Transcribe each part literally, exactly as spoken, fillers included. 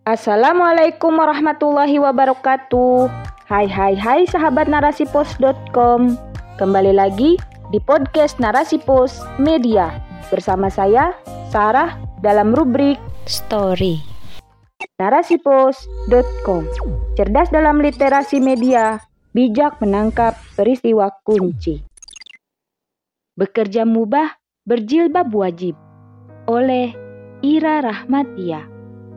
Assalamualaikum warahmatullahi wabarakatuh. Hai hai hai sahabat narasipos dot com. Kembali lagi di podcast Narasi Pos Media bersama saya Sarah dalam rubrik Story. Narasipos dot com. Cerdas dalam literasi media, bijak menangkap peristiwa kunci. Bekerja mubah, berjilbab wajib. Oleh Ira Rahmatia.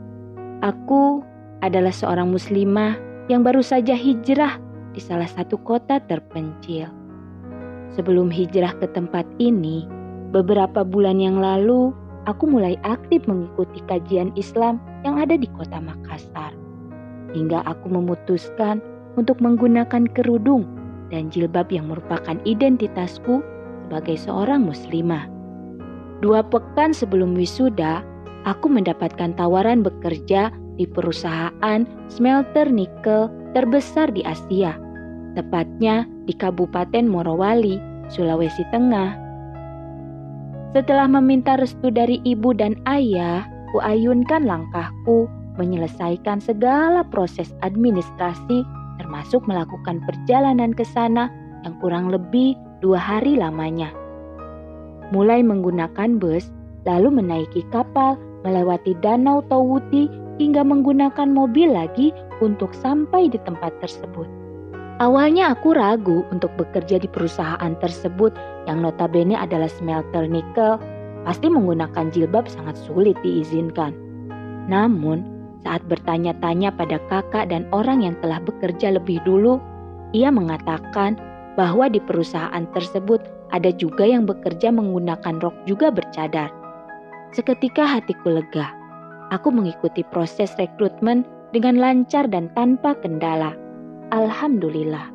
Aku adalah seorang muslimah yang baru saja hijrah di salah satu kota terpencil. Sebelum hijrah ke tempat ini, beberapa bulan yang lalu, aku mulai aktif mengikuti kajian Islam yang ada di kota Makassar. Hingga aku memutuskan untuk menggunakan kerudung dan jilbab yang merupakan identitasku sebagai seorang muslimah. Dua pekan sebelum wisuda, aku mendapatkan tawaran bekerja di perusahaan smelter nikel terbesar di Asia, tepatnya di Kabupaten Morowali, Sulawesi Tengah. Setelah meminta restu dari ibu dan ayah, kuayunkan langkahku menyelesaikan segala proses administrasi, termasuk melakukan perjalanan ke sana yang kurang lebih dua hari lamanya. Mulai menggunakan bus, lalu menaiki kapal, melewati Danau Towuti hingga menggunakan mobil lagi untuk sampai di tempat tersebut. Awalnya aku ragu untuk bekerja di perusahaan tersebut yang notabene adalah smelter nikel. Pasti menggunakan jilbab sangat sulit diizinkan. Namun, saat bertanya-tanya pada kakak dan orang yang telah bekerja lebih dulu, ia mengatakan bahwa di perusahaan tersebut ada juga yang bekerja menggunakan rok juga bercadar. Seketika hatiku lega. Aku mengikuti proses rekrutmen dengan lancar dan tanpa kendala. Alhamdulillah.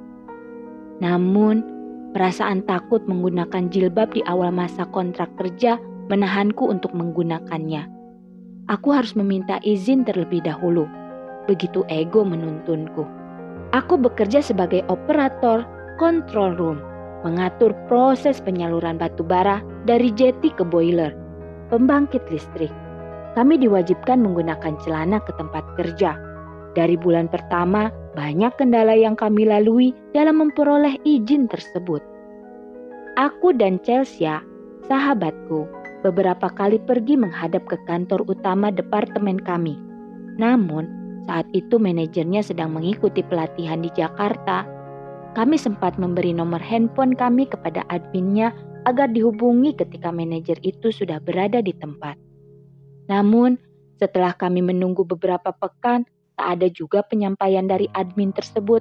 Namun, perasaan takut menggunakan jilbab di awal masa kontrak kerja menahanku untuk menggunakannya. Aku harus meminta izin terlebih dahulu. Begitu ego menuntunku. Aku bekerja sebagai operator control room, mengatur proses penyaluran batu bara dari jeti ke boiler, pembangkit listrik. Kami diwajibkan menggunakan celana ke tempat kerja. Dari bulan pertama, banyak kendala yang kami lalui dalam memperoleh izin tersebut. Aku dan Chelsea, sahabatku, beberapa kali pergi menghadap ke kantor utama departemen kami. Namun, saat itu manajernya sedang mengikuti pelatihan di Jakarta. Kami sempat memberi nomor handphone kami kepada adminnya agar dihubungi ketika manajer itu sudah berada di tempat. Namun, setelah kami menunggu beberapa pekan, tak ada juga penyampaian dari admin tersebut.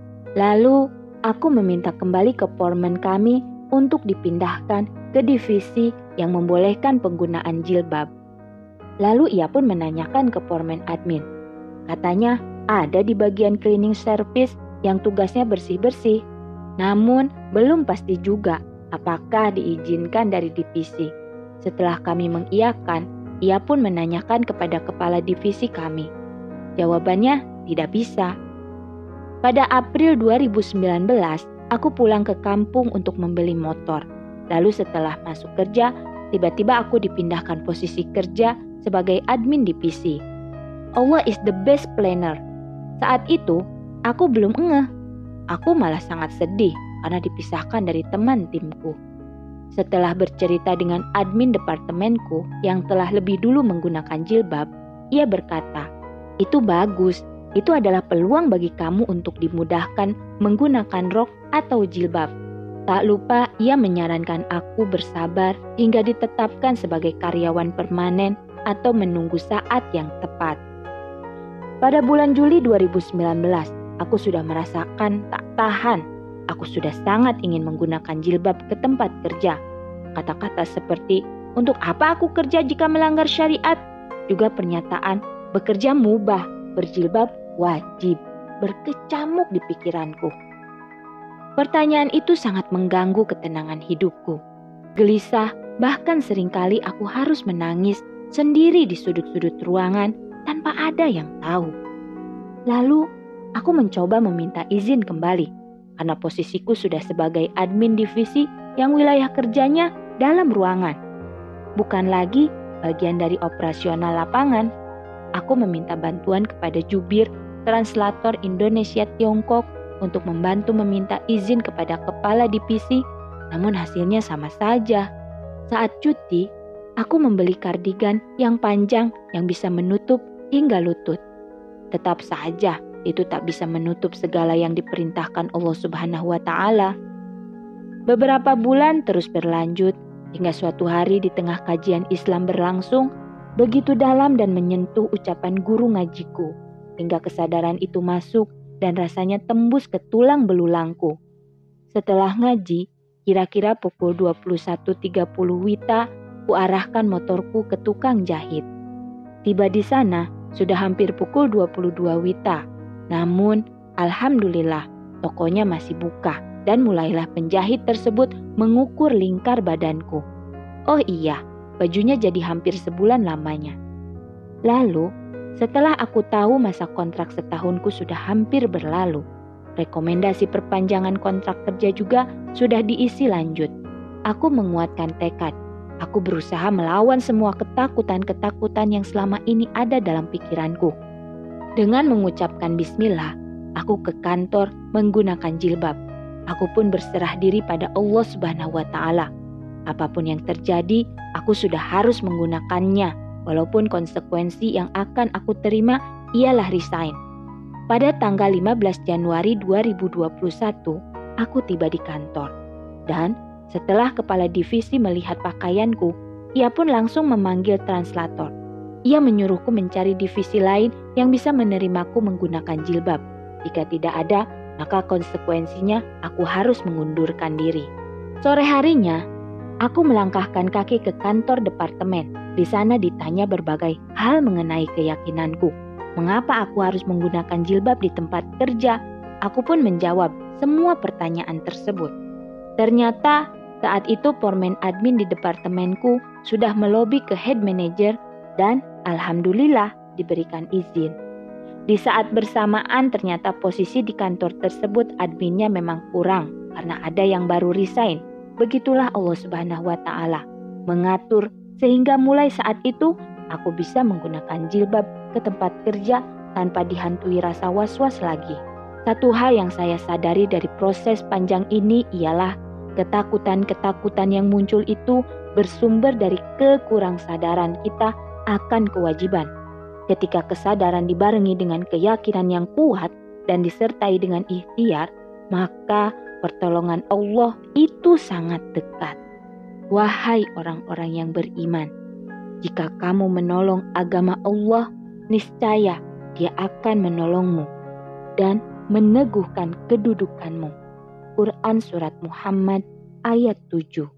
Lalu, aku meminta kembali ke foreman kami untuk dipindahkan ke divisi yang membolehkan penggunaan jilbab. Lalu ia pun menanyakan ke foreman admin. Katanya, ada di bagian cleaning service yang tugasnya bersih-bersih. Namun, belum pasti juga apakah diizinkan dari divisi. Setelah kami mengiyakan, ia pun menanyakan kepada kepala divisi kami. Jawabannya tidak bisa. Pada April dua ribu sembilan belas, aku pulang ke kampung untuk membeli motor. Lalu setelah masuk kerja, tiba-tiba aku dipindahkan posisi kerja sebagai admin divisi. Allah is the best planner. Saat itu, aku belum ngeh. Aku malah sangat sedih karena dipisahkan dari teman timku. Setelah bercerita dengan admin departemenku yang telah lebih dulu menggunakan jilbab, ia berkata, "Itu bagus, itu adalah peluang bagi kamu untuk dimudahkan menggunakan rok atau jilbab." Tak lupa ia menyarankan aku bersabar hingga ditetapkan sebagai karyawan permanen atau menunggu saat yang tepat. Pada bulan Juli dua ribu sembilan belas, aku sudah merasakan tak tahan. Aku sudah sangat ingin menggunakan jilbab ke tempat kerja. Kata-kata seperti, untuk apa aku kerja jika melanggar syariat? Juga pernyataan, bekerja mubah, berjilbab wajib, berkecamuk di pikiranku. Pertanyaan itu sangat mengganggu ketenangan hidupku. Gelisah, bahkan seringkali aku harus menangis sendiri di sudut-sudut ruangan tanpa ada yang tahu. Lalu, aku mencoba meminta izin kembali. Karena posisiku sudah sebagai admin divisi yang wilayah kerjanya dalam ruangan. Bukan lagi bagian dari operasional lapangan. aku meminta bantuan kepada jubir translator Indonesia Tiongkok untuk membantu meminta izin kepada kepala divisi, namun hasilnya sama saja. Saat cuti, aku membeli kardigan yang panjang yang bisa menutup hingga lutut. Tetap saja, itu tak bisa menutup segala yang diperintahkan Allah Subhanahu wa Ta'ala. Beberapa bulan terus berlanjut, hingga suatu hari di tengah kajian Islam berlangsung, begitu dalam dan menyentuh ucapan guru ngajiku, hingga kesadaran itu masuk dan rasanya tembus ke tulang belulangku. Setelah ngaji, kira-kira pukul dua puluh satu tiga puluh wita, kuarahkan motorku ke tukang jahit. Tiba di sana, sudah hampir pukul dua puluh dua wita. Namun, alhamdulillah, tokonya masih buka dan mulailah penjahit tersebut mengukur lingkar badanku. Oh iya, bajunya jadi hampir sebulan lamanya. Lalu, setelah aku tahu masa kontrak setahunku sudah hampir berlalu, rekomendasi perpanjangan kontrak kerja juga sudah diisi lanjut. Aku menguatkan tekad. Aku berusaha melawan semua ketakutan-ketakutan yang selama ini ada dalam pikiranku. Dengan mengucapkan bismillah, aku ke kantor menggunakan jilbab. Aku pun berserah diri pada Allah Subhanahu wa Ta'ala. Apapun yang terjadi, aku sudah harus menggunakannya, walaupun konsekuensi yang akan aku terima ialah resign. Pada tanggal lima belas Januari dua ribu dua puluh satu, aku tiba di kantor. Dan setelah kepala divisi melihat pakaianku, ia pun langsung memanggil translator. Ia menyuruhku mencari divisi lain yang bisa menerimaku menggunakan jilbab. Jika tidak ada, maka konsekuensinya aku harus mengundurkan diri. Sore harinya, aku melangkahkan kaki ke kantor departemen. Di sana ditanya berbagai hal mengenai keyakinanku. Mengapa aku harus menggunakan jilbab di tempat kerja? Aku pun menjawab semua pertanyaan tersebut. Ternyata saat itu foreman admin di departemenku sudah melobi ke head manager dan alhamdulillah diberikan izin. Di saat bersamaan ternyata posisi di kantor tersebut adminnya memang kurang karena ada yang baru resign. Begitulah Allah Subhanahu wa Ta'ala mengatur sehingga mulai saat itu aku bisa menggunakan jilbab ke tempat kerja tanpa dihantui rasa was-was lagi. Satu hal yang saya sadari dari proses panjang ini ialah ketakutan-ketakutan yang muncul itu bersumber dari kekurangssadaran kita akan kewajiban. Ketika kesadaran dibarengi dengan keyakinan yang kuat dan disertai dengan ikhtiar, maka pertolongan Allah itu sangat dekat. Wahai orang-orang yang beriman, jika kamu menolong agama Allah, niscaya Dia akan menolongmu dan meneguhkan kedudukanmu. Quran Surat Muhammad ayat tujuh.